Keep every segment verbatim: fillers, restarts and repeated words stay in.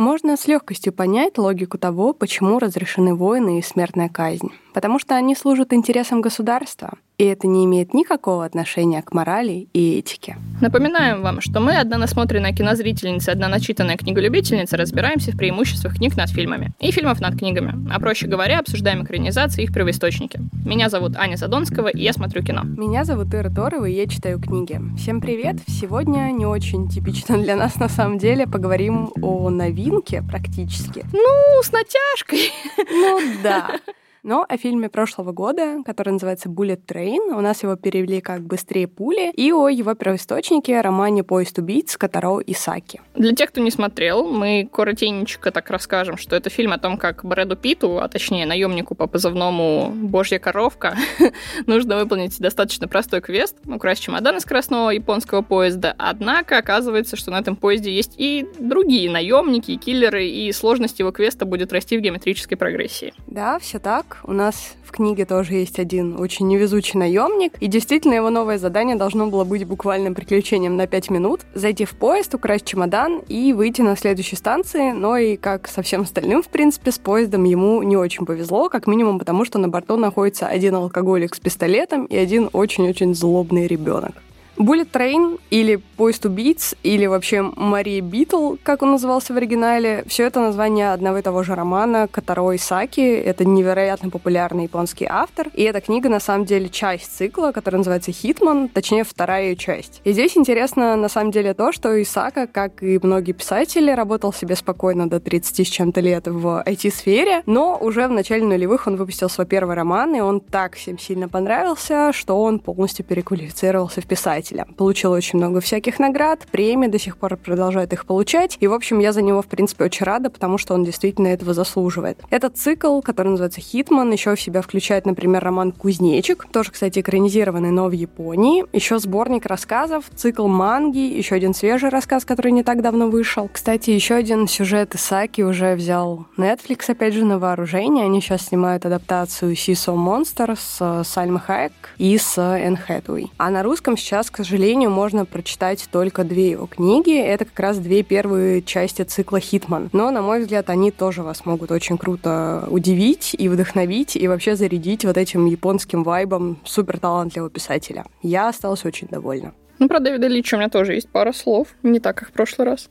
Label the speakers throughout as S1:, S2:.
S1: можно с легкостью понять логику того, почему разрешены войны и смертная казнь. Потому что они служат интересам государства, и это не имеет никакого отношения к морали и этике.
S2: Напоминаем вам, что мы, одна насмотренная кинозрительница, одна начитанная книголюбительница, разбираемся в преимуществах книг над фильмами и фильмов над книгами, а проще говоря, обсуждаем экранизации и их первоисточники. Меня зовут Аня Задонского, и я смотрю кино.
S1: Меня зовут Ира Торова, и я читаю книги. Всем привет! Сегодня не очень типично для нас, на самом деле, поговорим о новинке практически.
S2: Ну, с натяжкой.
S1: Ну да. Но о фильме прошлого года, который называется «Bullet Train», у нас его перевели как «Быстрее пули», и о его первоисточнике, романе «Поезд убийц» Котаро Исаки.
S2: Для тех, кто не смотрел, мы коротенько так расскажем, что это фильм о том, как Брэду Питту, а точнее наемнику по позывному «Божья коровка», нужно выполнить достаточно простой квест, украсть чемодан из скоростного японского поезда, однако оказывается, что на этом поезде есть и другие наемники, и киллеры, и сложность его квеста будет расти в геометрической прогрессии.
S1: Да, все так. У нас в книге тоже есть один очень невезучий наемник, и действительно его новое задание должно было быть буквальным приключением на пять минут. Зайти в поезд, украсть чемодан и выйти на следующей станции, но и, как со всем остальным, в принципе, с поездом ему не очень повезло, как минимум потому, что на борту находится один алкоголик с пистолетом и один очень-очень злобный ребенок. Bullet Train или «Поезд убийц» или вообще «Мария Битл», как он назывался в оригинале, все это название одного и того же романа Котаро Исаки. Это невероятно популярный японский автор. И эта книга, на самом деле, часть цикла, который называется «Хитман», точнее, вторая ее часть. И здесь интересно, на самом деле, то, что Исака, как и многие писатели, работал себе спокойно до тридцати с чем-то лет в ай ти-сфере, но уже в начале нулевых он выпустил свой первый роман, и он так всем сильно понравился, что он полностью переквалифицировался в писателя. Получил очень много всяких наград, премий, до сих пор продолжает их получать. И, в общем, я за него, в принципе, очень рада, потому что он действительно этого заслуживает. Этот цикл, который называется «Хитман», еще в себя включает, например, роман «Кузнечик», тоже, кстати, экранизированный, но в Японии. Еще сборник рассказов, цикл манги, еще один свежий рассказ, который не так давно вышел. Кстати, еще один сюжет Исаки уже взял Netflix, опять же, на вооружение. Они сейчас снимают адаптацию «Seesaw Monster» с Сальмой Хайек и с Энн Хэтэуэй. А на русском сейчас, к сожалению, можно прочитать только две его книги. Это как раз две первые части цикла «Хитман». Но, на мой взгляд, они тоже вас могут очень круто удивить и вдохновить, и вообще зарядить вот этим японским вайбом суперталантливого писателя. Я осталась очень довольна.
S2: Ну, про Дэвида Линча у меня тоже есть пара слов. Не так, как в прошлый раз.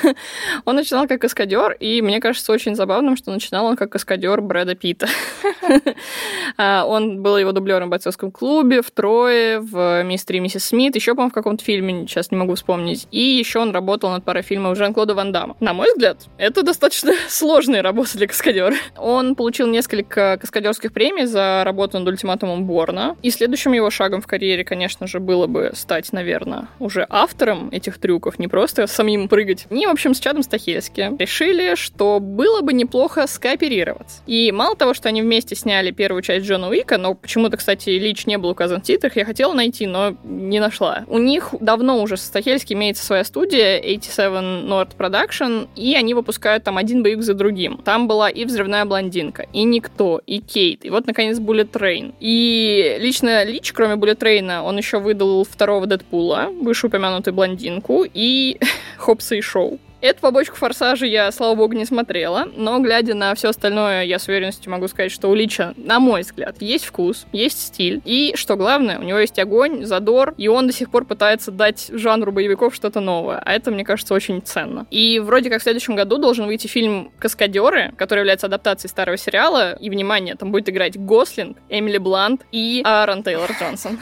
S2: Он начинал как каскадер, и мне кажется очень забавным, что начинал он как каскадер Брэда Питта. Он был его дублером в «Бойцовском клубе», в «Трое», в «Мистере и миссис Смит», еще, по-моему, в каком-то фильме, сейчас не могу вспомнить. И еще он работал над парой фильмов Жан-Клода Ван Дамма. На мой взгляд, это достаточно сложная работа для каскадера. Он получил несколько каскадерских премий за работу над «Ультиматумом Борна». И следующим его шагом в карьере, конечно же, было бы стать, наверное, уже автором этих трюков, не просто самим прыгать. И, в общем, с Чадом Стахельски решили, что было бы неплохо скооперироваться. И мало того, что они вместе сняли первую часть Джона Уика, но почему-то, кстати, Лич не был указан в титрах, я хотела найти, но не нашла. У них давно уже с Стахельски имеется своя студия восемьдесят семь North Production, и они выпускают там один боевик за другим. Там была и «Взрывная блондинка», и «Никто», и «Кейт», и вот, наконец, «Bullet Train». И лично Лич, кроме «Bullet Train», он еще выдал второго «Дэдпула», вышеупомянутую «Блондинку» и «Хопса и Шоу». Эту побочку «Форсажа» я, слава богу, не смотрела, но, глядя на все остальное, я с уверенностью могу сказать, что у Лича, на мой взгляд, есть вкус, есть стиль, и, что главное, у него есть огонь, задор, и он до сих пор пытается дать жанру боевиков что-то новое, а это, мне кажется, очень ценно. И вроде как в следующем году должен выйти фильм «Каскадеры», который является адаптацией старого сериала, и, внимание, там будет играть Гослинг, Эмили Блант и Аарон Тейлор-Джонсон.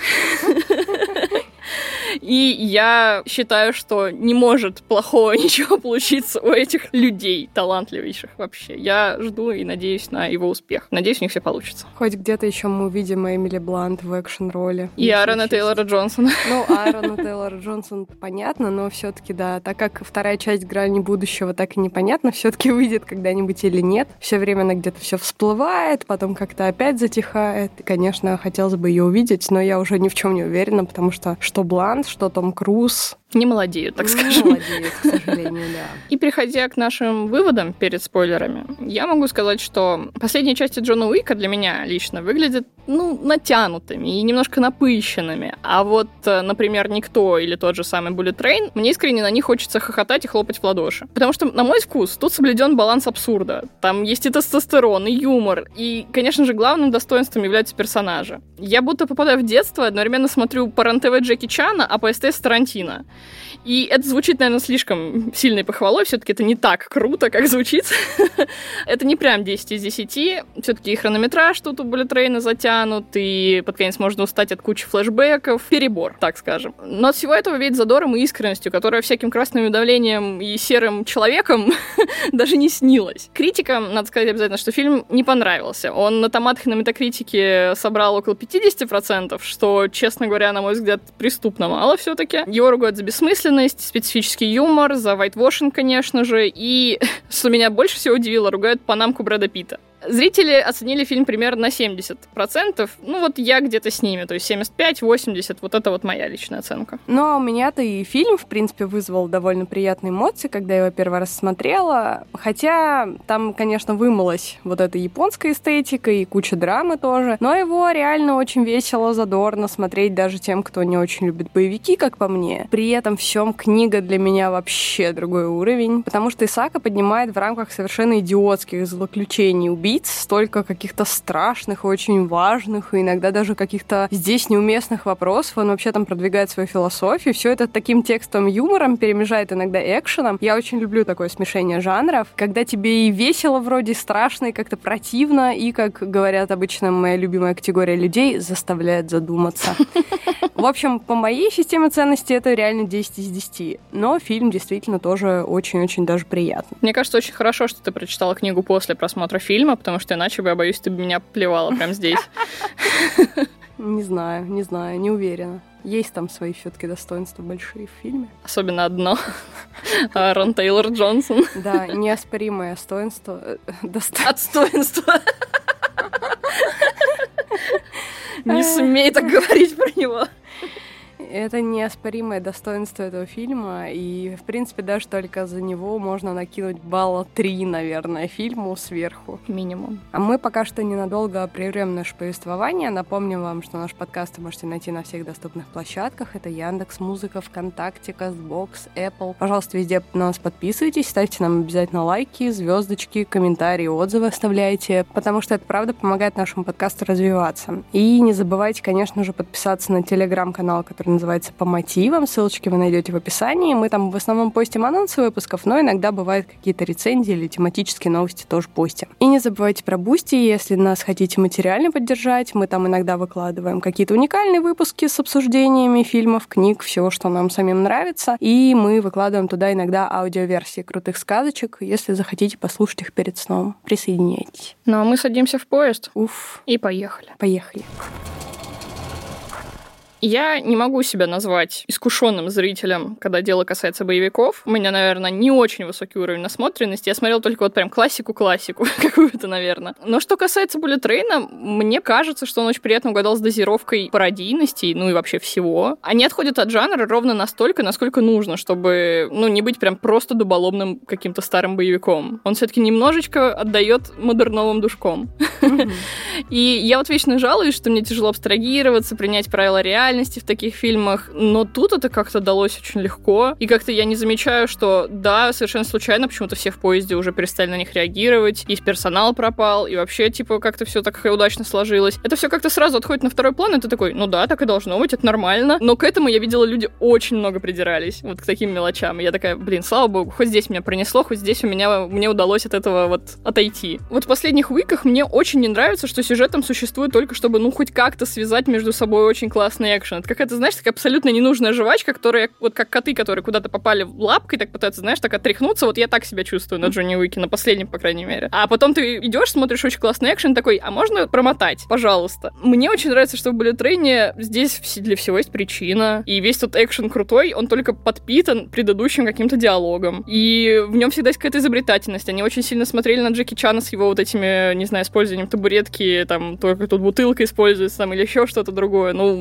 S2: И я считаю, что не может плохого ничего получиться у этих людей, талантливейших вообще. Я жду и надеюсь на его успех. Надеюсь, у них все получится.
S1: Хоть где-то еще мы увидим Эмили Блант в экшн-роли.
S2: И Аарона Тейлора Джонсона.
S1: Ну, Аарона Тейлора Джонсона понятно, но все-таки да, так как вторая часть «Грани будущего» так и непонятно, все-таки выйдет когда-нибудь или нет. Все время она где-то все всплывает, потом как-то опять затихает. И, конечно, хотелось бы ее увидеть, но я уже ни в чем не уверена, потому что что Блант, что Том Круз
S2: не молодеют, так скажем.
S1: Не молодеют, к сожалению, да.
S2: И переходя к нашим выводам перед спойлерами, я могу сказать, что последние части Джона Уика для меня лично выглядят ну, натянутыми и немножко напыщенными. А вот, например, «Никто» или тот же самый «Bullet Train», мне искренне на них хочется хохотать и хлопать в ладоши. Потому что, на мой вкус, тут соблюден баланс абсурда. Там есть и тестостерон, и юмор, и, конечно же, главным достоинством являются персонажи. Я будто попадаю в детство, одновременно смотрю по РЕН-ТВ Джеки Чана, а по СТС Тарантино. И это звучит, наверное, слишком сильной похвалой, все-таки это не так круто, как звучит. Это не прям десять из десяти, все-таки и хронометраж тут у Bullet Train затянут, и под конец можно устать от кучи флешбеков. Перебор, так скажем. Но от всего этого веет задором и искренностью, которая всяким красным давлением и серым человеком даже не снилась. Критикам, надо сказать обязательно, что фильм не понравился. Он на томатах и на метакритике собрал около пятьдесят процентов, что, честно говоря, на мой взгляд, преступно мало все-таки. Его ругают за бессмысленность, специфический юмор, за вайтвошинг, конечно же, и, что меня больше всего удивило, ругают панамку Брэда Питта. Зрители оценили фильм примерно на семьдесят процентов. Ну вот я где-то с ними, то есть семьдесят пять восемьдесят, вот это вот моя личная оценка.
S1: Ну а у меня-то и фильм, в принципе, вызвал довольно приятные эмоции, когда я его первый раз смотрела. Хотя там, конечно, вымылась вот эта японская эстетика и куча драмы тоже. Но его реально очень весело, задорно смотреть даже тем, кто не очень любит боевики, как по мне. При этом всем книга для меня вообще другой уровень, потому что Исака поднимает в рамках совершенно идиотских злоключений убийц столько каких-то страшных, очень важных и иногда даже каких-то здесь неуместных вопросов. Он вообще там продвигает свою философию. Все это таким текстовым юмором перемежает иногда экшеном. Я очень люблю такое смешение жанров, когда тебе и весело вроде, и страшно, и как-то противно, и, как говорят обычно моя любимая категория людей, заставляет задуматься. В общем, по моей системе ценностей это реально десять из десяти. Но фильм действительно тоже очень-очень даже приятный.
S2: Мне кажется, очень хорошо, что ты прочитала книгу после просмотра фильма, потому что иначе бы, я боюсь, ты бы меня плевала прямо здесь.
S1: Не знаю, не знаю, не уверена. Есть там свои все-таки достоинства большие в фильме.
S2: Особенно одно. Аарон Тейлор Джонсон.
S1: Да, неоспоримое достоинство.
S2: Достоинство. Не смей так говорить про него.
S1: Это неоспоримое достоинство этого фильма, и, в принципе, даже только за него можно накинуть балла три, наверное, фильму сверху.
S2: Минимум.
S1: А мы пока что ненадолго прервем наше повествование. Напомним вам, что наш подкаст вы можете найти на всех доступных площадках. Это Яндекс.Музыка, ВКонтакте, Кастбокс, Apple. Пожалуйста, везде на нас подписывайтесь, ставьте нам обязательно лайки, звездочки, комментарии, отзывы оставляйте, потому что это, правда, помогает нашему подкасту развиваться. И не забывайте, конечно же, подписаться на телеграм-канал, который называется «По мотивам». Ссылочки вы найдете в описании. Мы там в основном постим анонсы выпусков, но иногда бывают какие-то рецензии или тематические новости тоже постим. И не забывайте про Бусти, если нас хотите материально поддержать. Мы там иногда выкладываем какие-то уникальные выпуски с обсуждениями фильмов, книг, всего, что нам самим нравится. И мы выкладываем туда иногда аудиоверсии крутых сказочек, если захотите послушать их перед сном. Присоединяйтесь.
S2: Ну а мы садимся в поезд.
S1: Уф.
S2: И поехали.
S1: Поехали.
S2: Я не могу себя назвать искушенным зрителем, когда дело касается боевиков. У меня, наверное, не очень высокий уровень насмотренности. Я смотрела только вот прям классику-классику какую-то, наверное. Но что касается Bullet Train, мне кажется, что он очень приятно угадал с дозировкой пародийности, ну и вообще всего. Они отходят от жанра ровно настолько, насколько нужно, чтобы, ну, не быть прям просто дуболомным каким-то старым боевиком. Он все-таки немножечко отдает модерновым душком. И я вот вечно жалуюсь, что мне тяжело абстрагироваться, принять правила реальности в таких фильмах, но тут это как-то далось очень легко, и как-то я не замечаю, что да, совершенно случайно почему-то все в поезде уже перестали на них реагировать, и персонал пропал, и вообще, типа, как-то все так удачно сложилось. Это все как-то сразу отходит на второй план, и ты такой, ну да, так и должно быть, это нормально, но к этому я видела, люди очень много придирались, вот к таким мелочам, и я такая, блин, слава богу, хоть здесь меня пронесло, хоть здесь у меня, мне удалось от этого вот отойти. Вот в последних уиках мне очень не нравится, что сюжет там существует только чтобы, ну, хоть как-то связать между собой очень классный экшен. Это какая-то, знаешь, такая абсолютно ненужная жвачка, которая, вот как коты, которые куда-то попали лапкой, так пытаются, знаешь, так отряхнуться. Вот я так себя чувствую на Джонни Уике, на последнем, по крайней мере. А потом ты идешь, смотришь очень классный экшен, такой, а можно промотать? Пожалуйста. Мне очень нравится, что в Bullet Train здесь для всего есть причина. И весь тот экшен крутой, он только подпитан предыдущим каким-то диалогом. И в нем всегда есть какая-то изобретательность. Они очень сильно смотрели на Джеки Чана с его вот этими, не знаю, использованием табуретки, там, только тут бутылка используется, там, или еще что-то другое. Ну, какие-то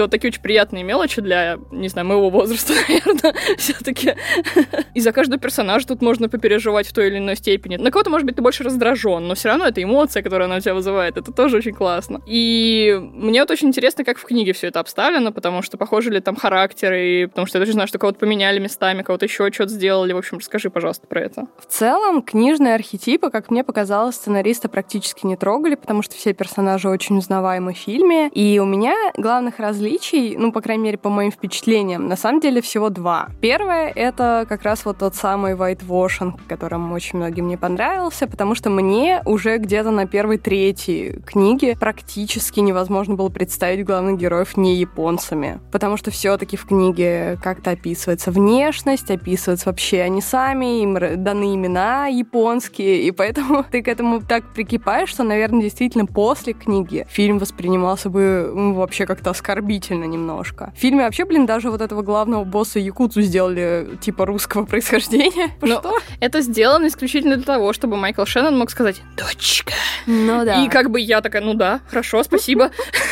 S2: вот такие очень приятные мелочи для, не знаю, моего возраста, наверное, все-таки. И за каждого персонажа тут можно попереживать в той или иной степени. На кого-то, может быть, ты больше раздражен, но все равно это эмоция, которая она у тебя вызывает. Это тоже очень классно. И мне вот очень интересно, как в книге все это обставлено, потому что похожи ли там характеры, потому что я точно знаю, что кого-то поменяли местами, кого-то еще что-то сделали. В общем, расскажи, пожалуйста, про это.
S1: В целом, книжные архетипы, как мне показалось, сценаристы практически не трогали, потому что все персонажи очень узнаваемы в фильме. И у меня главных различий, ну, по крайней мере, по моим впечатлениям, на самом деле всего два. Первое — это как раз вот тот самый whitewashing, которым очень многим не понравился, потому что мне уже где-то на первой трети книги практически невозможно было представить главных героев не японцами, потому что все-таки в книге как-то описывается внешность, описывается вообще они сами, им даны имена японские, и поэтому ты к этому так прикипаешь, что, наверное, действительно после книги фильм воспринимался бы ну, вообще как-то оскорбительно немножко. В фильме вообще, блин, даже вот этого главного босса якудзу сделали типа русского происхождения.
S2: Но
S1: что?
S2: Это сделано исключительно для того, чтобы Майкл Шеннон мог сказать «дочка».
S1: Ну да.
S2: И как бы я такая, ну да, хорошо, спасибо.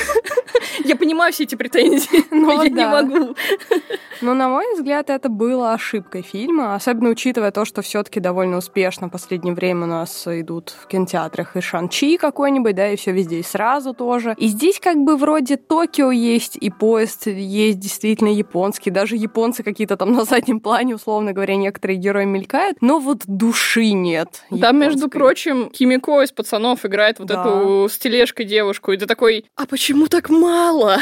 S2: Я понимаю все эти претензии, но я не могу.
S1: Но, на мой взгляд, это было ошибкой фильма, особенно учитывая то, что все-таки довольно успешно в последнее время у нас идут в кинотеатрах и Шан-Чи какой-нибудь, да, и все везде и сразу тоже. И здесь как бы вроде Токио есть, и поезд есть действительно японский, даже японцы какие-то там на заднем плане, условно говоря, некоторые герои мелькают, но вот души нет.
S2: Там, между прочим, Кимико из «Пацанов» играет вот да. эту с тележкой девушку, и ты такой, а почему так мало?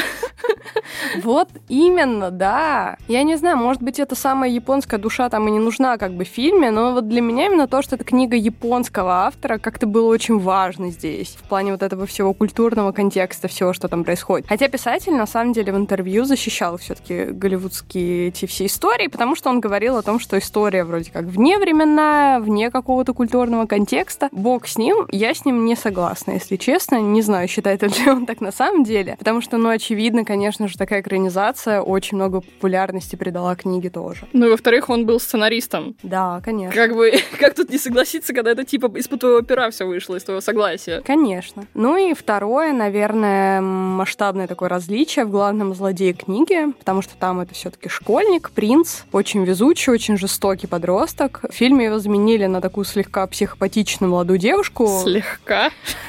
S1: Вот именно, да. Я не знаю, может быть, эта самая японская душа там и не нужна как бы в фильме, но вот для меня именно то, что это книга японского автора, как-то было очень важно здесь, в плане вот этого всего культурного контекста, всего, что там происходит. Хотя писатель, на самом деле, в интервью защищал все-таки голливудские эти все истории, потому что он говорил о том, что история вроде как вневременная, вне какого-то культурного контекста. Бог с ним, я с ним не согласна, если честно. Не знаю, считает ли он так на самом деле, потому что, ну, очевидно, конечно же, такая экранизация очень много популярности придала книге тоже.
S2: Ну и, во-вторых, он был сценаристом.
S1: Да, конечно.
S2: Как бы, как тут не согласиться, когда это типа из-под твоего пера все вышло, из твоего согласия?
S1: Конечно. Ну и второе, наверное, масштабное такое различие в главном злодее книги, потому что там это все-таки школьник, принц, очень везучий, очень жестокий подросток. В фильме его заменили на такую слегка психопатичную молодую девушку.
S2: Слегка?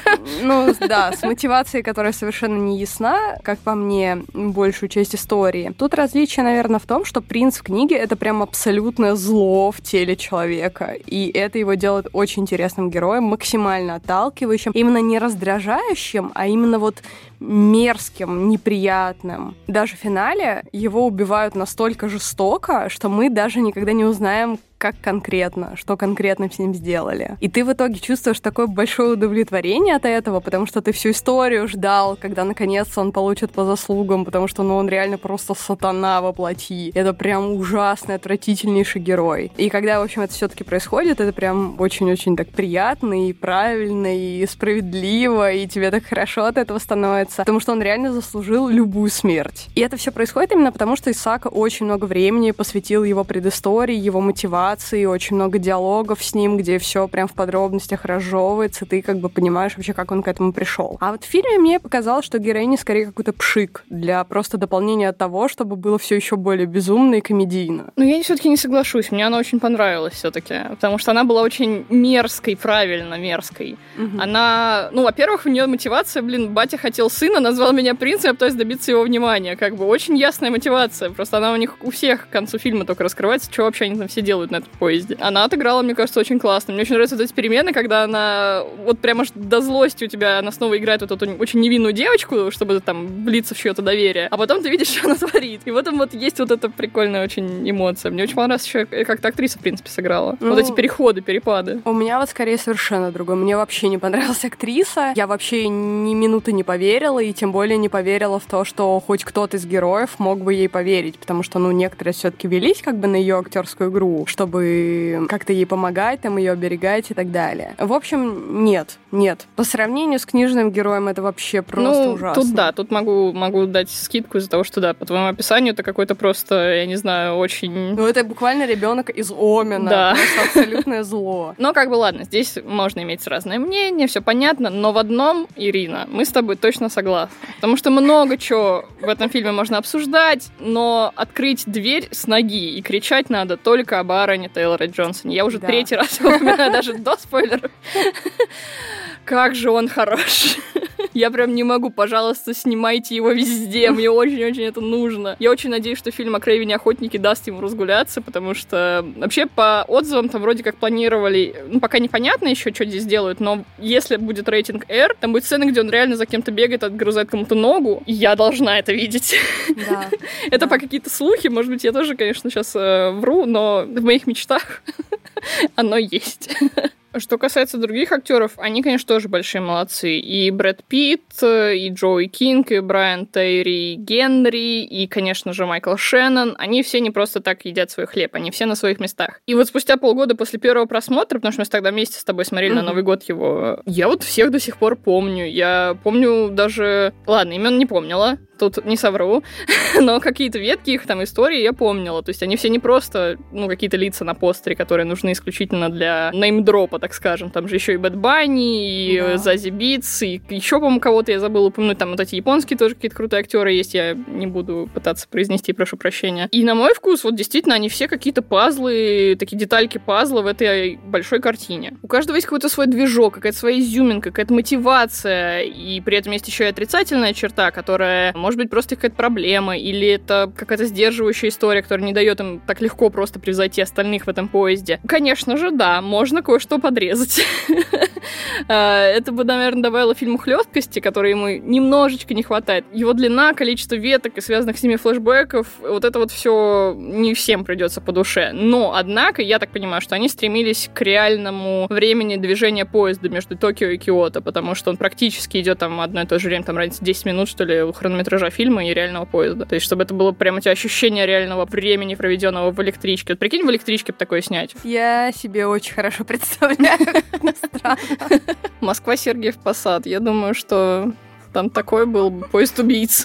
S1: Ну, да, с мотивацией, которая совершенно не ясна, как по мне, большую часть истории. Тут различие, наверное, в том, что принц в книге — это прям абсолютное зло в теле человека, и это его делает очень интересным героем, максимально отталкивающим, именно не раздражающим, а именно вот мерзким, неприятным. Даже в финале его убивают настолько жестоко, что мы даже никогда не узнаем, как конкретно, что конкретно с ним сделали. И ты в итоге чувствуешь такое большое удовлетворение от этого, потому что ты всю историю ждал, когда наконец-то он получит по заслугам, потому что ну, он реально просто сатана воплоти. Это прям ужасный, отвратительнейший герой. И когда, в общем, это все-таки происходит, это прям очень-очень так приятно и правильно, и справедливо, и тебе так хорошо от этого становится, потому что он реально заслужил любую смерть. И это все происходит именно потому, что Исаака очень много времени посвятил его предыстории, его мотивации, очень много диалогов с ним, где все прям в подробностях разжевывается, ты как бы понимаешь вообще, как он к этому пришел. А вот в фильме мне показалось, что героиня скорее какой-то пшик для просто дополнения того, чтобы было все еще более безумно и комедийно.
S2: Ну, я все-таки не соглашусь, мне она очень понравилась все-таки, потому что она была очень мерзкой, правильно мерзкой. Угу. Она, ну, во-первых, у нее мотивация, блин, батя хотел сына, назвал меня принцем, я пытаюсь добиться его внимания, как бы очень ясная мотивация, просто она у них у всех к концу фильма только раскрывается, что вообще они там все делают на этом поезде. Она отыграла, мне кажется, очень классно. Мне очень нравятся вот эти перемены, когда она вот прямо аж до злости у тебя, она снова играет вот эту очень невинную девочку, чтобы там влиться в чье-то доверие, а потом ты видишь, что она творит. И в этом вот есть вот эта прикольная очень эмоция. Мне очень понравилось еще, как-то актриса, в принципе, сыграла. Ну, вот эти переходы, перепады.
S1: У меня вот скорее совершенно другое. Мне вообще не понравилась актриса. Я вообще ни минуты не поверила, и тем более не поверила в то, что хоть кто-то из героев мог бы ей поверить, потому что, ну, некоторые все-таки велись как бы на ее актерскую игру, чтобы как-то ей помогать, там, ее оберегать и так далее. В общем, нет, нет. По сравнению с книжным героем это вообще просто
S2: ну,
S1: ужасно.
S2: Тут да, тут могу, могу дать скидку из-за того, что да, по твоему описанию это какой-то просто, я не знаю, очень...
S1: Ну, это буквально ребенок из Омена.
S2: Да.
S1: Просто абсолютное зло.
S2: Но как бы ладно, здесь можно иметь разное мнение, все понятно, но в одном, Ирина, мы с тобой точно согласна. Потому что много чего в этом фильме можно обсуждать, но открыть дверь с ноги и кричать надо только об Аароне Тейлоре Джонсоне. Я уже да. третий раз его упоминаю, даже до спойлеров. Как же он хорош. Я прям не могу, пожалуйста, снимайте его везде, мне очень-очень это нужно. Я очень надеюсь, что фильм о Крэвене Охотнике даст ему разгуляться, потому что вообще по отзывам там вроде как планировали, ну, пока непонятно еще, что здесь делают, но если будет рейтинг R, там будет сцена, где он реально за кем-то бегает, отгрызает кому-то ногу, и я должна это видеть.
S1: Да.
S2: Это по какие-то слухи, может быть, я тоже, конечно, сейчас вру, но в моих мечтах оно есть. Что касается других актеров, они, конечно, тоже большие молодцы. И Брэд Питт, и Джоуи Кинг, и Брайан Терри Генри, и, конечно же, Майкл Шеннон. Они все не просто так едят свой хлеб, они все на своих местах. И вот спустя полгода после первого просмотра, потому что мы тогда вместе с тобой смотрели mm-hmm. на Новый год его, я вот всех до сих пор помню. Я помню даже... Ладно, имен не помнила, тут не совру, но какие-то ветки их там истории я помнила. То есть они все не просто, ну, какие-то лица на постере, которые нужны исключительно для неймдропа, так скажем. Там же еще и Бэд Банни, и да. Зази Битс, и еще, по-моему, кого-то я забыла упомянуть. Там вот эти японские тоже какие-то крутые актеры есть, я не буду пытаться произнести, прошу прощения. И на мой вкус, вот действительно, они все какие-то пазлы, такие детальки пазла в этой большой картине. У каждого есть какой-то свой движок, какая-то своя изюминка, какая-то мотивация, и при этом есть еще и отрицательная черта, которая... Может быть, просто какая-то проблема, или это какая-то сдерживающая история, которая не дает им так легко просто превзойти остальных в этом поезде. Конечно же, да, можно кое-что подрезать. Это бы, наверное, добавило фильму хлесткости, которой ему немножечко не хватает. Его длина, количество веток и связанных с ними флешбеков, вот это вот все не всем придется по душе. Но, однако, я так понимаю, что они стремились к реальному времени движения поезда между Токио и Киото, потому что он практически идет там одно и то же время, там разница десять минут, что ли, у хронометража фильма и реального поезда. То есть, чтобы это было прям у тебя ощущение реального времени, проведенного в электричке. Вот прикинь, в электричке бы такое снять.
S1: Я себе очень хорошо представляю, как это странно.
S2: Москва-Сергиев Посад. Я думаю, что там такой был поезд убийц.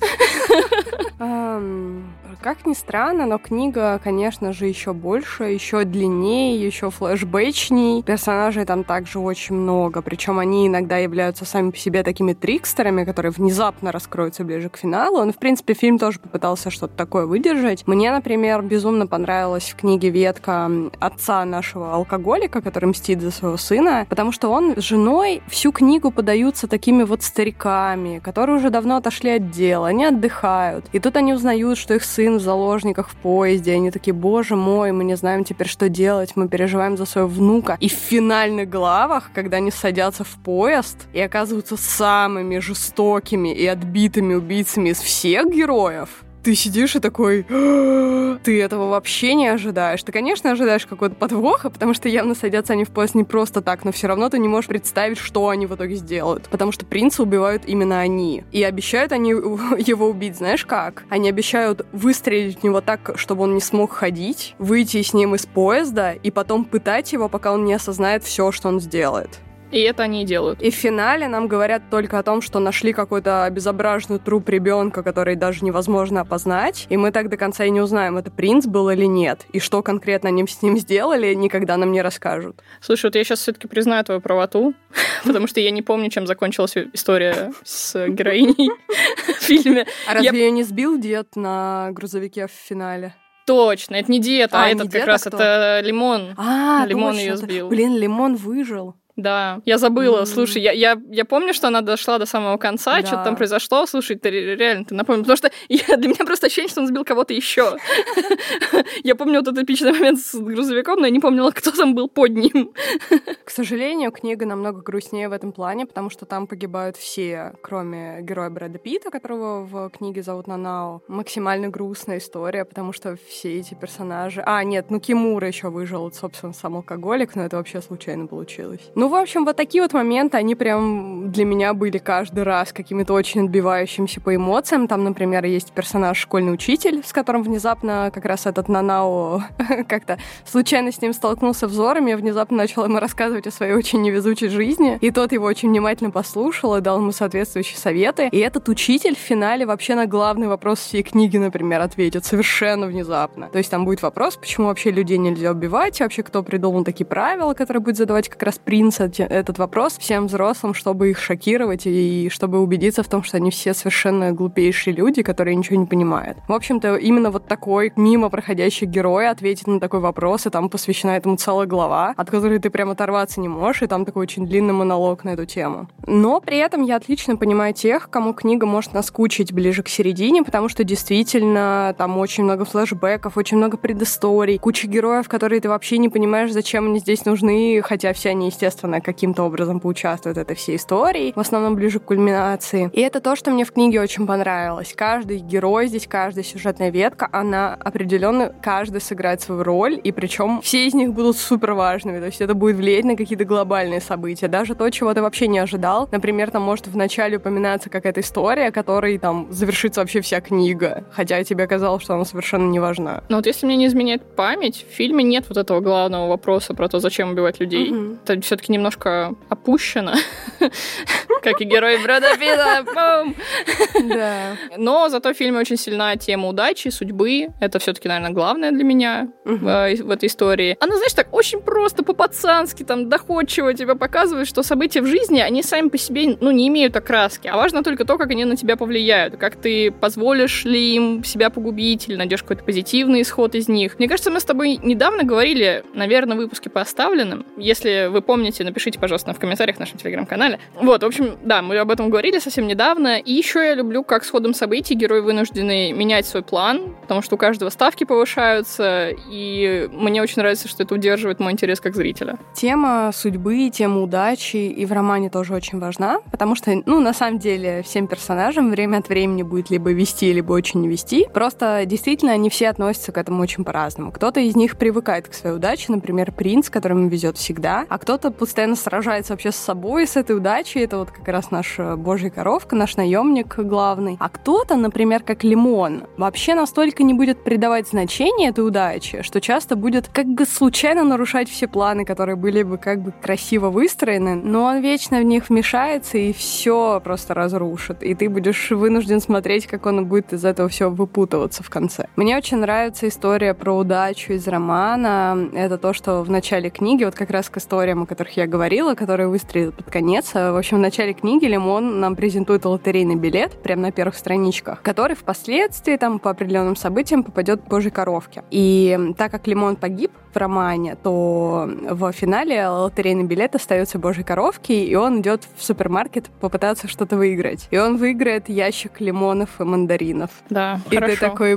S1: Как ни странно, но книга, конечно же, еще больше, еще длиннее, еще флешбэчней. Персонажей там также очень много, причем они иногда являются сами по себе такими трикстерами, которые внезапно раскроются ближе к финалу. Он, в принципе, фильм тоже попытался что-то такое выдержать. Мне, например, безумно понравилась в книге ветка отца нашего алкоголика, который мстит за своего сына, потому что он с женой всю книгу подаются такими вот стариками, которые уже давно отошли от дела, они отдыхают. И тут они узнают, что их сын в заложниках в поезде, и они такие: боже мой, мы не знаем теперь, что делать, мы переживаем за своего внука. И в финальных главах, когда они садятся в поезд и оказываются самыми жестокими и отбитыми убийцами из всех героев, ты сидишь и такой: ты этого вообще не ожидаешь. Ты, конечно, ожидаешь какого-то подвоха, потому что явно садятся они в поезд не просто так, но все равно ты не можешь представить, что они в итоге сделают. Потому что принца убивают именно они. И обещают они его убить, знаешь как? Они обещают выстрелить в него так, чтобы он не смог ходить, выйти с ним из поезда и потом пытать его, пока он не осознает все, что он сделает.
S2: И это они и делают.
S1: И в финале нам говорят только о том, что нашли какой-то обезображенный труп ребенка, который даже невозможно опознать, и мы так до конца и не узнаем, это принц был или нет. И что конкретно они с ним сделали, никогда нам не расскажут.
S2: Слушай, вот я сейчас все-таки признаю твою правоту, потому что я не помню, чем закончилась история с героиней в фильме.
S1: А разве ее не сбил дед на грузовике в финале?
S2: Точно, это не дед, а,
S1: а
S2: этот
S1: дед,
S2: как раз,
S1: а
S2: это Лимон.
S1: А,
S2: Лимон
S1: точно,
S2: ее сбил.
S1: Блин, Лимон выжил.
S2: Да, я забыла.
S1: Mm.
S2: Слушай, я, я, я помню, что она дошла до самого конца, да. Что-то там произошло. Слушай, ты реально ты напомнил. Потому что я, для меня просто ощущение, что он сбил кого-то еще. Я помню вот этот эпичный момент с грузовиком, но я не помнила, кто там был под ним.
S1: К сожалению, книга намного грустнее в этом плане, потому что там погибают все, кроме героя Брэда Питта, которого в книге зовут Нанао. Максимально грустная история, потому что все эти персонажи... А, нет, ну Кимура еще выжил, собственно, сам алкоголик, но это вообще случайно получилось. Ну, в общем, вот такие вот моменты, они прям для меня были каждый раз какими-то очень отбивающимися по эмоциям. Там, например, есть персонаж школьный учитель, с которым внезапно как раз этот Нанао как-то случайно с ним столкнулся взорами и внезапно начал ему рассказывать о своей очень невезучей жизни. И тот его очень внимательно послушал и дал ему соответствующие советы. И этот учитель в финале вообще на главный вопрос всей книги, например, ответит совершенно внезапно. То есть там будет вопрос, почему вообще людей нельзя убивать, вообще кто придумал такие правила, которые будет задавать как раз принц вынес этот вопрос всем взрослым, чтобы их шокировать и чтобы убедиться в том, что они все совершенно глупейшие люди, которые ничего не понимают. В общем-то, именно вот такой мимо проходящий герой ответит на такой вопрос, и там посвящена этому целая глава, от которой ты прям оторваться не можешь, и там такой очень длинный монолог на эту тему. Но при этом я отлично понимаю тех, кому книга может наскучить ближе к середине, потому что действительно там очень много флешбеков, очень много предысторий, куча героев, которые ты вообще не понимаешь, зачем они здесь нужны, хотя все они, естественно, каким-то образом поучаствуют в этой всей истории, в основном ближе к кульминации. И это то, что мне в книге очень понравилось. Каждый герой здесь, каждая сюжетная ветка, она определенно, каждый сыграет свою роль, и причем все из них будут супер важными, то есть это будет влиять на какие-то глобальные события. Даже то, чего ты вообще не ожидал. Например, там может вначале упоминаться какая-то история, которой там завершится вообще вся книга, хотя тебе казалось, что она совершенно не важна.
S2: Но вот если мне не изменяет память, в фильме нет вот этого главного вопроса про то, зачем убивать людей. Mm-hmm. Это все-таки немножко опущено, как и герой Брэда Питта.
S1: Да.
S2: Но зато в фильме очень сильна тема удачи, судьбы. Это все-таки, наверное, главное для меня в этой истории. Она, знаешь, так очень просто, по-пацански, там, доходчиво тебе показывает, что события в жизни, они сами по себе, ну, не имеют окраски. А важно только то, как они на тебя повлияют. Как ты позволишь ли им себя погубить, или найдешь какой-то позитивный исход из них. Мне кажется, мы с тобой недавно говорили, наверное, в выпуске по оставленным. Если вы помните, напишите, пожалуйста, в комментариях в нашем телеграм-канале. Вот, в общем, да, мы об этом говорили совсем недавно. И еще я люблю, как с ходом событий герои вынуждены менять свой план, потому что у каждого ставки повышаются, и мне очень нравится, что это удерживает мой интерес как зрителя.
S1: Тема судьбы, тема удачи и в романе тоже очень важна, потому что, ну, на самом деле, всем персонажам время от времени будет либо вести, либо очень не вести. Просто, действительно, они все относятся к этому очень по-разному. Кто-то из них привыкает к своей удаче, например, принц, которому везет всегда, а кто-то постоянно сражается вообще с собой, с этой удачей. Это вот как раз наш божий коровка, наш наемник главный. А кто-то, например, как Лимон, вообще настолько не будет придавать значения этой удаче, что часто будет как бы случайно нарушать все планы, которые были бы как бы красиво выстроены, но он вечно в них вмешается и все просто разрушит. И ты будешь вынужден смотреть, как он будет из этого все выпутываться в конце. Мне очень нравится история про удачу из романа. Это то, что в начале книги, вот как раз к историям, о которых я говорила, которые выстрелили под конец. В общем, в начале книги Лимон нам презентует лотерейный билет прямо на первых страничках, который впоследствии там по определенным событиям попадет к божьей коровке. И так как Лимон погиб в романе, то в финале лотерейный билет остается божьей коровке, и он идет в супермаркет попытаться что-то выиграть. И он выиграет ящик лимонов и мандаринов.
S2: Да,
S1: и
S2: хорошо.
S1: И ты такой,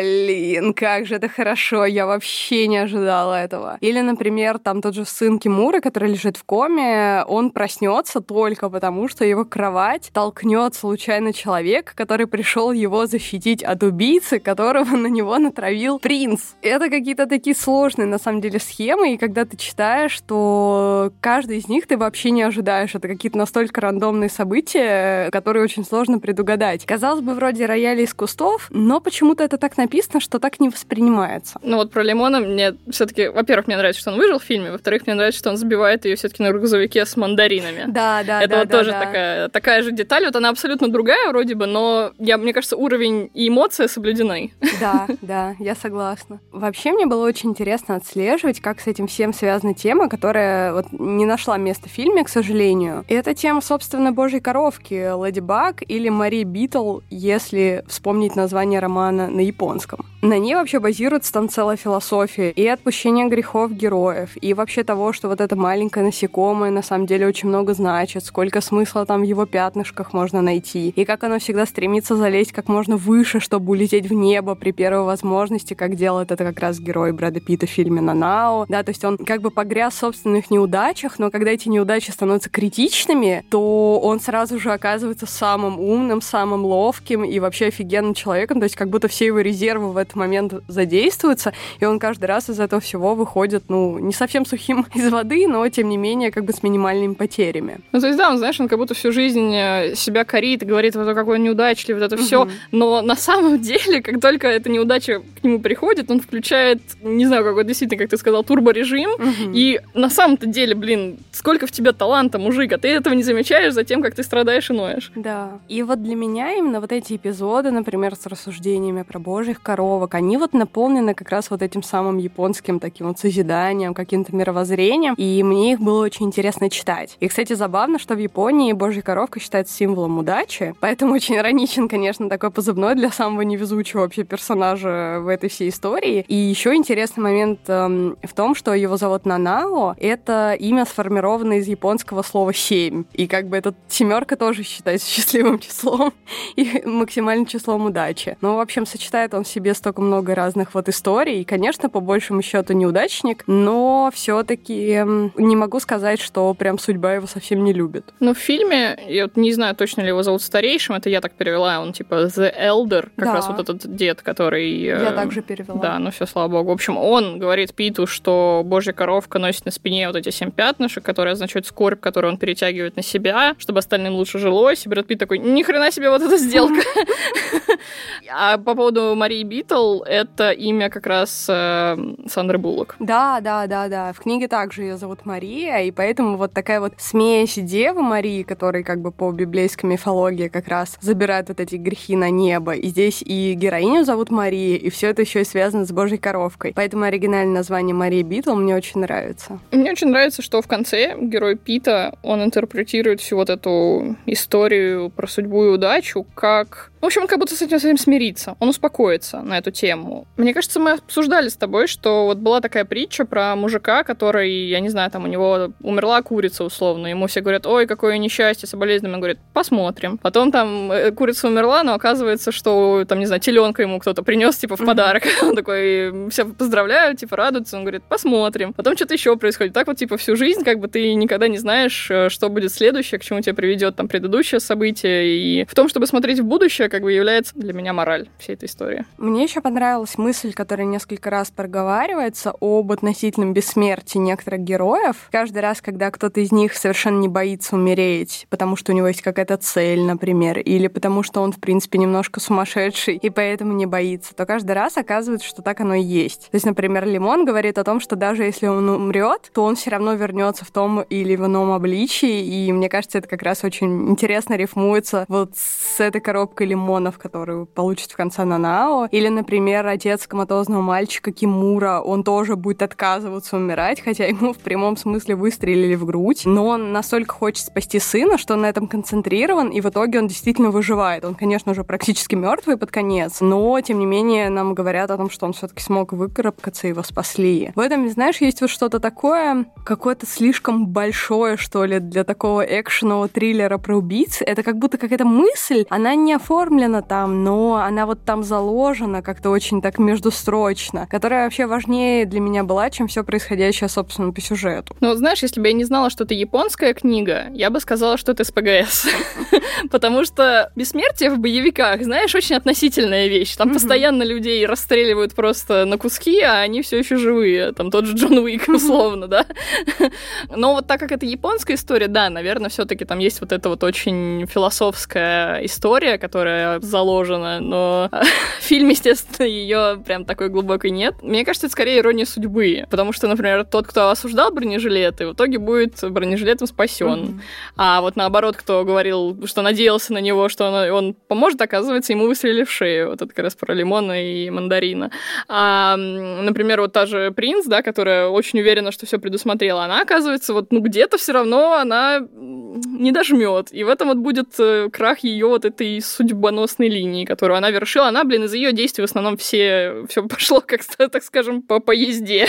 S1: блин, как же это хорошо, я вообще не ожидала этого. Или, например, там тот же сын Кимуры, который лежит в коме, он проснется только потому, что его кровать толкнет случайно человек, который пришел его защитить от убийцы, которого на него натравил принц. Это какие-то такие сложные, на самом деле, схемы, и когда ты читаешь, что каждый из них ты вообще не ожидаешь. Это какие-то настолько рандомные события, которые очень сложно предугадать. Казалось бы, вроде рояли из кустов, но почему-то это так написано, что так не воспринимается.
S2: Ну вот про Лимона мне все-таки, во-первых, мне нравится, что он выжил в фильме, во-вторых, мне нравится, что он забивает ее все-таки на грузовике с мандаринами.
S1: Да, да,
S2: это
S1: да.
S2: Вот
S1: да,
S2: тоже
S1: да.
S2: Такая, такая же деталь, вот она абсолютно другая вроде бы, но я, мне кажется, уровень и эмоции соблюдены.
S1: Да, да, я согласна. Вообще мне было очень интересно отслеживать, как с этим всем связана тема, которая вот не нашла места в фильме, к сожалению. И это тема, собственно, божьей коровки, Леди Баг или Мари Битл, если вспомнить название романа на японском. На ней вообще базируется там целая философия и отпущение грехов героев, и вообще того, что вот это маленькое насекомое на самом деле очень много значит, сколько смысла там в его пятнышках можно найти, и как оно всегда стремится залезть как можно выше, чтобы улететь в небо при первой возможности, как делает это как раз герой Брэда Питта в фильме «Нанао». Да, то есть он как бы погряз в собственных неудачах, но когда эти неудачи становятся критичными, то он сразу же оказывается самым умным, самым ловким и вообще офигенным человеком, то есть как будто все его резервы в этот момент задействуются, и он каждый раз из этого всего выходит, ну, не совсем сухим из воды, но, тем не менее, как бы с минимальными потерями.
S2: Ну, то есть, да, он, знаешь, он как будто всю жизнь себя корит и говорит, вот какой он неудачливый, вот это все. Но на самом деле, как только эта неудача к нему приходит, он включает, не знаю, какой действительно, как ты сказал, турборежим. Угу. И на самом-то деле, блин, сколько в тебе таланта, мужик, а ты этого не замечаешь за тем, как ты страдаешь и ноешь.
S1: Да. И вот для меня именно вот эти эпизоды, например, с рассуждениями про божьих коровок, они вот наполнены как раз вот этим самым японским таким вот созиданием, каким-то мировоззрением, и мне их было очень интересно читать. И, кстати, забавно, что в Японии божья коровка считается символом удачи, поэтому очень ироничен, конечно, такой позывной для самого невезучего вообще персонажа в этой всей истории. И еще интересный момент эм, в том, что его зовут Нанао. Это имя сформировано из японского слова «семь». И как бы эта семерка тоже считается счастливым числом и максимальным числом удачи. Но, в общем, сочетает он в себе столько много разных вот историй. И, конечно, по большему счету неудачник, но все-таки не могу сказать, что прям судьба его совсем не любит.
S2: Ну, в фильме, я вот не знаю, точно ли его зовут старейшим, это я так перевела, он типа The Elder, как да. раз вот этот дед, который...
S1: Я также перевела.
S2: Да, ну все, слава богу. В общем, он говорит Питу, что божья коровка носит на спине вот эти семь пятнышек, которые означают скорбь, которую он перетягивает на себя, чтобы остальным лучше жилось. И Брэд Питт такой, ни хрена себе вот эта сделка. А по поводу Марии Битл, это имя как раз Сандры Буллок.
S1: Да, да, да, да. В книге также ее зовут Мария, и поэтому вот такая вот смесь Девы Марии, которая как бы по библейской мифологии как раз забирает вот эти грехи на небо. И здесь и героиню зовут Мария, и все это еще и связано с божьей коровкой. Поэтому оригинальное название Марии Битл мне очень нравится.
S2: Мне очень нравится, что в конце герой Пита, он интерпретирует всю вот эту историю про судьбу и удачу как... В общем, он как будто с этим, с этим смирится. Он успокоится на эту тему. Мне кажется, мы обсуждали с тобой, что вот была такая притча про мужика, который, я не знаю, там у него умерла курица условно. Ему все говорят, ой, какое несчастье, соболезнования. Он говорит, посмотрим. Потом там курица умерла, но оказывается, что там, не знаю, теленка ему кто-то принес, типа, в подарок. Он такой, все поздравляют, типа, радуются. Он говорит, посмотрим. Потом что-то еще происходит. Так вот, типа, всю жизнь, как бы ты никогда не знаешь, что будет следующее, к чему тебя приведет там предыдущее событие. И в том, чтобы смотреть в будущее, как бы является для меня мораль всей этой истории.
S1: Мне еще понравилась мысль, которая несколько раз проговаривается об относительном бессмертии некоторых героев. Каждый раз, когда кто-то из них совершенно не боится умереть, потому что у него есть какая-то цель, например, или потому что он, в принципе, немножко сумасшедший и поэтому не боится, то каждый раз оказывается, что так оно и есть. То есть, например, Лимон говорит о том, что даже если он умрет, то он все равно вернется в том или в ином обличии, и мне кажется, это как раз очень интересно рифмуется вот с этой коробкой лимонов, которую получит в конце Нанао. Или, например, отец коматозного мальчика Кимура, он тоже будет отказываться умирать, хотя ему в прямом смысле выстрелили в грудь, но он настолько хочет спасти сына, что он на этом концентрирован, и в итоге он действительно выживает. Он, конечно, уже практически мертвый под конец, но, тем не менее, нам говорят о том, что он все-таки смог выкарабкаться, его спасли. В этом, знаешь, есть вот что-то такое, какое-то слишком большое, что ли, для такого экшенового триллера про убийц. Это как будто какая-то мысль, она не оформлена там, но она вот там заложена как-то очень так междустрочно, которая вообще важнее для меня была, чем все происходящее, собственно, по сюжету.
S2: Ну, вот знаешь, если бы я не знала, что это японская книга, я бы сказала, что это СПГС. Потому что бессмертие в боевиках, знаешь, очень относительная вещь. Там постоянно людей расстреливают просто на куски, а они все еще живые. Там тот же Джон Уик, условно, да? Но вот так как это японская история, да, наверное, все-таки там есть вот эта вот очень философская история, которая заложена, но в фильме, естественно, ее прям такой глубокой нет. Мне кажется, это скорее ирония судьбы, потому что, например, тот, кто осуждал бронежилеты, в итоге будет бронежилетом спасен. Mm-hmm. А вот наоборот, кто говорил, что надеялся на него, что он, он поможет, оказывается, ему выстрелили в шею. Вот это как раз про лимона и мандарина. А, например, вот та же Принц, да, которая очень уверена, что все предусмотрела, она, оказывается, вот ну где-то все равно она не дожмет. И в этом вот будет крах ее вот этой судьбоносной линии, которую она вершила. Она, блин, из ее действий в основном все, все пошло, как, так скажем, по, по езде.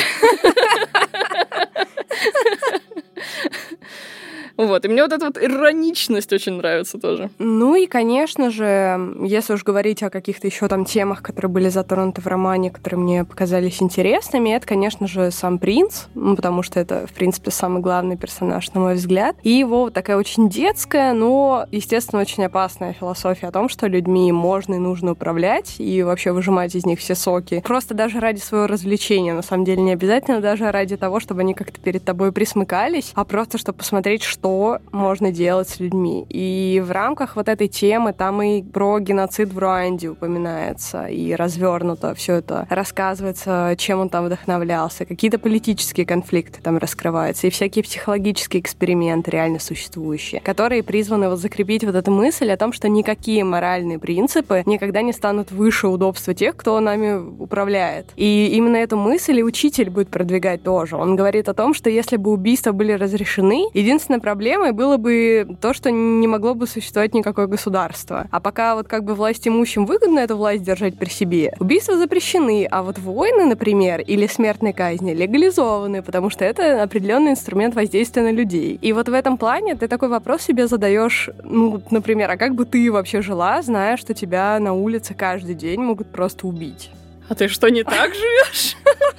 S2: Вот, и мне вот эта вот ироничность очень нравится тоже.
S1: Ну и, конечно же, если уж говорить о каких-то еще там темах, которые были затронуты в романе, которые мне показались интересными, это, конечно же, сам принц, потому что это, в принципе, самый главный персонаж, на мой взгляд. И его вот такая очень детская, но, естественно, очень опасная философия о том, что людьми можно и нужно управлять и вообще выжимать из них все соки. Просто даже ради своего развлечения, на самом деле, не обязательно даже ради того, чтобы они как-то перед тобой присмыкались, а просто, чтобы посмотреть, что что можно делать с людьми. И в рамках вот этой темы там и про геноцид в Руанде упоминается, и развернуто все это рассказывается, чем он там вдохновлялся. Какие-то политические конфликты там раскрываются, и всякие психологические эксперименты реально существующие, которые призваны вот закрепить вот эту мысль о том, что никакие моральные принципы никогда не станут выше удобства тех, кто нами управляет. И именно эту мысль и учитель будет продвигать тоже. Он говорит о том, что если бы убийства были разрешены, единственной проблемой было бы то, что не могло бы существовать никакое государство. А пока вот как бы власть имущим выгодно эту власть держать при себе, убийства запрещены, а вот войны, например, или смертные казни легализованы, потому что это определенный инструмент воздействия на людей. И вот в этом плане ты такой вопрос себе задаешь, ну, например, а как бы ты вообще жила, зная, что тебя на улице каждый день могут просто убить?
S2: А ты что, не так живешь?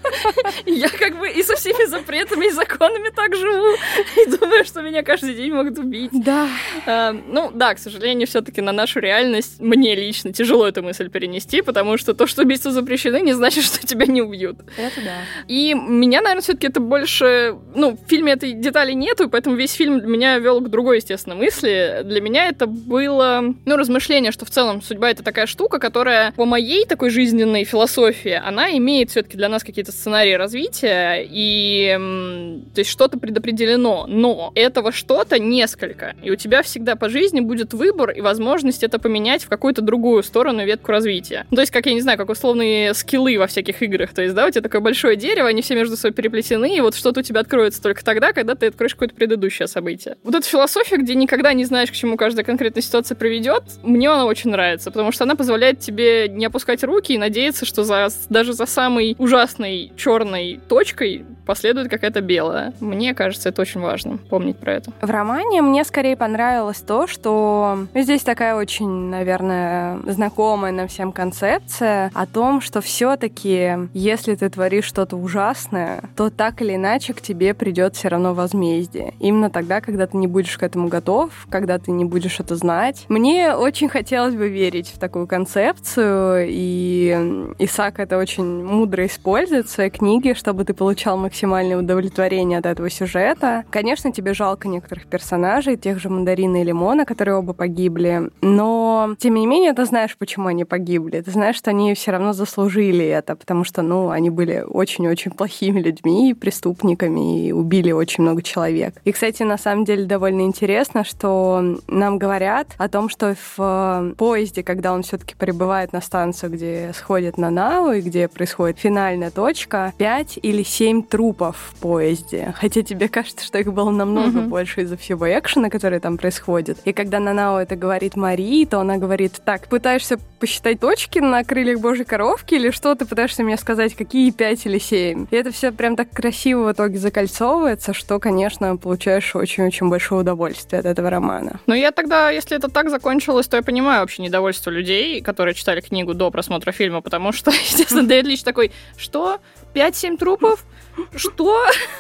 S2: Я как бы и со всеми запретами и законами так живу. И думаю, что меня каждый день могут убить.
S1: Да.
S2: А, ну, да, к сожалению, все-таки на нашу реальность мне лично тяжело эту мысль перенести, потому что то, что убийства запрещены, не значит, что тебя не убьют.
S1: Это да.
S2: И меня, наверное, все-таки это больше... Ну, в фильме этой детали нету, поэтому весь фильм меня вел к другой, естественно, мысли. Для меня это было, ну, размышление, что в целом судьба — это такая штука, которая по моей такой жизненной философии, она имеет все-таки для нас какие-то сценарии развития, и то есть что-то предопределено, но этого что-то несколько, и у тебя всегда по жизни будет выбор и возможность это поменять в какую-то другую сторону, ветку развития. Ну, то есть, как, я не знаю, как условные скиллы во всяких играх, то есть, да, у тебя такое большое дерево, они все между собой переплетены, и вот что-то у тебя откроется только тогда, когда ты откроешь какое-то предыдущее событие. Вот эта философия, где никогда не знаешь, к чему каждая конкретная ситуация приведет, мне она очень нравится, потому что она позволяет тебе не опускать руки и надеяться, что за, даже за самой ужасной черной точкой последует какая-то белая. Мне кажется, это очень важно, помнить про это.
S1: В романе мне скорее понравилось то, что здесь такая очень, наверное, знакомая нам всем концепция о том, что все-таки, если ты творишь что-то ужасное, то так или иначе к тебе придет все равно возмездие. Именно тогда, когда ты не будешь к этому готов, когда ты не будешь это знать. Мне очень хотелось бы верить в такую концепцию, и Исаак это очень мудро использует в своей книге, чтобы ты получал максимальное удовлетворение от этого сюжета. Конечно, тебе жалко некоторых персонажей, тех же Мандарина и Лимона, которые оба погибли, но, тем не менее, ты знаешь, почему они погибли. Ты знаешь, что они все равно заслужили это, потому что, ну, они были очень-очень плохими людьми, преступниками, и убили очень много человек. И, кстати, на самом деле довольно интересно, что нам говорят о том, что в поезде, когда он все-таки прибывает на станцию, где сходит на Нау, и где происходит финальная точка, пять или семь трупов в поезде. Хотя тебе кажется, что их было намного mm-hmm. больше из-за всего экшена, который там происходит. И когда Нанао это говорит Марии, то она говорит: так, пытаешься посчитать точки на крыльях Божьей коровки, или что ты пытаешься мне сказать, какие пять или семь? И это все прям так красиво в итоге закольцовывается, что, конечно, получаешь очень-очень большое удовольствие от этого романа.
S2: Но я тогда, если это так закончилось, то я понимаю вообще недовольство людей, которые читали книгу до просмотра фильма, потому что, естественно, Дэвид Линч такой: что? пять-семь трупов? Что?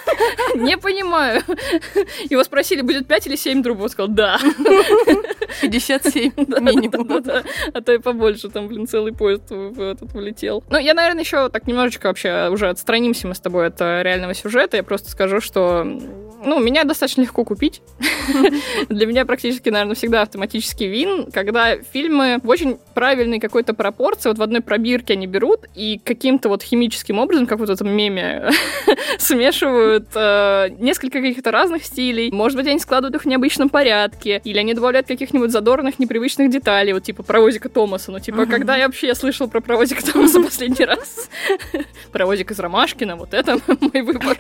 S2: Не понимаю. Его спросили, будет пять или семь трупов? Он сказал: да.
S1: пятьдесят семь минимум.
S2: А то и побольше, там, блин, целый поезд в этот влетел. Ну, я, наверное, еще так немножечко вообще уже отстранимся мы с тобой от реального сюжета. Я просто скажу, что, ну, меня достаточно легко купить. Для меня практически, наверное, всегда автоматический вин, когда фильмы в очень правильной какой-то пропорции, вот в одной пробирке они берут и каким-то вот химическим образом, как вот в этом меме, смешивают э, несколько каких-то разных стилей. Может быть, они складывают их в необычном порядке, или они добавляют каких-нибудь задорных, непривычных деталей, вот типа паровозика Томаса. Ну, типа, uh-huh. когда я вообще слышала про паровозика Томаса последний раз? Паровозик из Ромашкина, вот это мой выбор.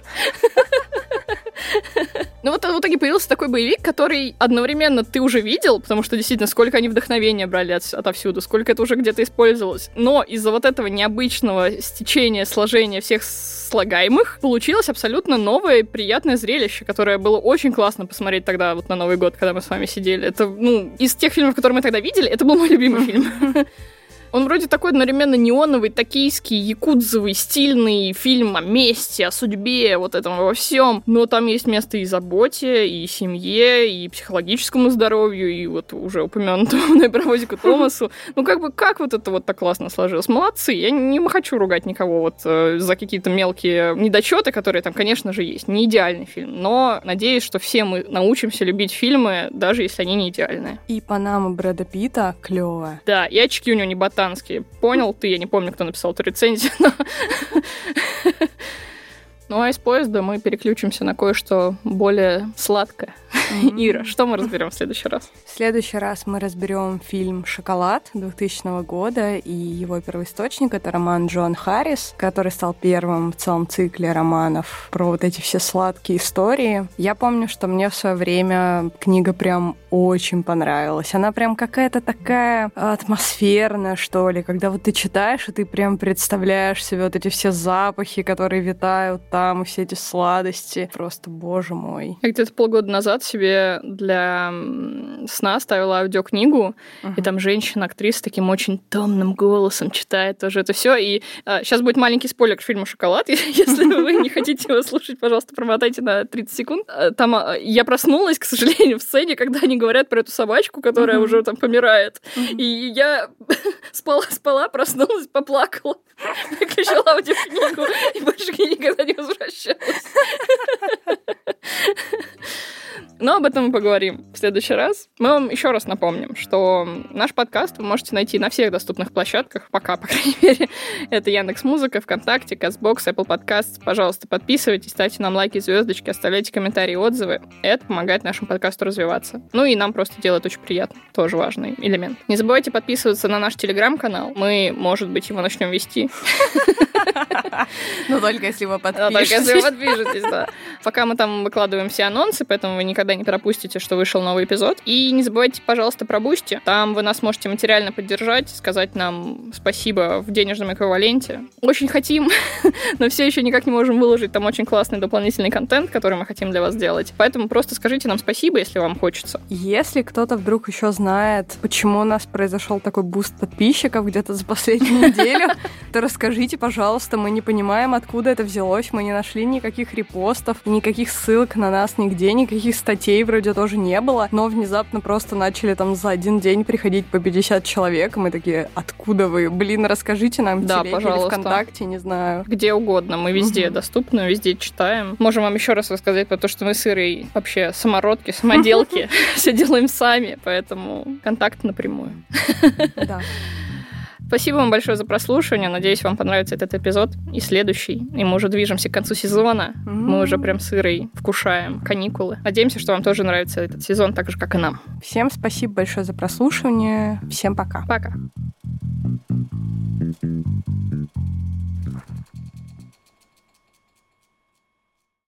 S2: Ну вот в итоге появился такой боевик, который одновременно ты уже видел, потому что действительно сколько они вдохновения брали от, отовсюду, сколько это уже где-то использовалось. Но из-за вот этого необычного стечения, сложения всех слагаемых получилось абсолютно новое приятное зрелище, которое было очень классно посмотреть тогда вот на Новый год, когда мы с вами сидели. Это, ну, из тех фильмов, которые мы тогда видели, это был мой любимый фильм. Он вроде такой одновременно неоновый, токийский, якудзовый, стильный фильм о мести, о судьбе, вот этом во всем. Но там есть место и заботе, и семье, и психологическому здоровью, и вот уже упомянутому мной паровозику Томасу. Ну, как бы, как вот это вот так классно сложилось? Молодцы. Я не хочу ругать никого вот э, за какие-то мелкие недочеты, которые там, конечно же, есть. Не идеальный фильм, но надеюсь, что все мы научимся любить фильмы, даже если они не идеальные.
S1: И Панама Брэда Питта клёвая.
S2: Да, и очки у него не ботанские. Понял ты? Я не помню, кто написал эту рецензию, но... Ну, а из поезда мы переключимся на кое-что более сладкое. Mm-hmm. Ира, что мы разберем в следующий раз?
S1: В следующий раз мы разберем фильм «Шоколад» двухтысячного года, и его первоисточник — это роман Джоан Харрис, который стал первым в целом цикле романов про вот эти все сладкие истории. Я помню, что мне в свое время книга прям очень понравилась. Она прям какая-то такая атмосферная, что ли, когда вот ты читаешь, и ты прям представляешь себе вот эти все запахи, которые витают там, и все эти сладости. Просто, боже мой.
S2: Я где-то полгода назад себе для сна ставила аудиокнигу, uh-huh. и там женщина-актриса с таким очень томным голосом читает тоже это все. И а, сейчас будет маленький спойлер к фильму «Шоколад». Если вы не хотите его слушать, пожалуйста, промотайте на тридцать секунд. Там я проснулась, к сожалению, в сцене, когда они говорят про эту собачку, которая uh-huh. уже там помирает. Uh-huh. И я спала, спала, проснулась, поплакала, выключила аудиокнигу и больше никогда не возвращалась. Но об этом мы поговорим в следующий раз. Мы вам еще раз напомним, что наш подкаст вы можете найти на всех доступных площадках, пока, по крайней мере. Это Яндекс.Музыка, ВКонтакте, Кастбокс, Apple Podcasts. Пожалуйста, подписывайтесь, ставьте нам лайки, звездочки, оставляйте комментарии, отзывы. Это помогает нашему подкасту развиваться. Ну и нам просто делает очень приятно. Тоже важный элемент. Не забывайте подписываться на наш Телеграм-канал. Мы, может быть, его начнем вести.
S1: Ну, только если вы подпишетесь.
S2: Только если вы подпишетесь, да. Пока мы там выкладываем все анонсы, поэтому вы никогда не пропустите, что вышел новый эпизод. И не забывайте, пожалуйста, про Бусти. Там вы нас можете материально поддержать, сказать нам спасибо в денежном эквиваленте. Очень хотим, но все еще никак не можем выложить там очень классный дополнительный контент, который мы хотим для вас сделать. Поэтому просто скажите нам спасибо, если вам хочется.
S1: Если кто-то вдруг еще знает, почему у нас произошел такой буст подписчиков где-то за последнюю неделю, то расскажите, пожалуйста. Мы не понимаем, откуда это взялось. Мы не нашли никаких репостов, никаких ссылок на нас нигде, никаких статей вроде тоже не было, но внезапно просто начали там за один день приходить по пятьдесят человек, и мы такие, откуда вы? Блин, расскажите нам в
S2: да,
S1: телеге или ВКонтакте, не знаю.
S2: Где угодно, мы везде угу. доступны, везде читаем. Можем вам еще раз рассказать про то, что мы с Ирой вообще самородки, самоделки, все делаем сами, поэтому контакт напрямую.
S1: Да.
S2: Спасибо вам большое за прослушивание. Надеюсь, вам понравится этот эпизод и следующий. И мы уже движемся к концу сезона. Mm-hmm. Мы уже прям с Ирой вкушаем каникулы. Надеемся, что вам тоже нравится этот сезон так же, как и нам.
S1: Всем спасибо большое за прослушивание. Всем пока.
S2: Пока.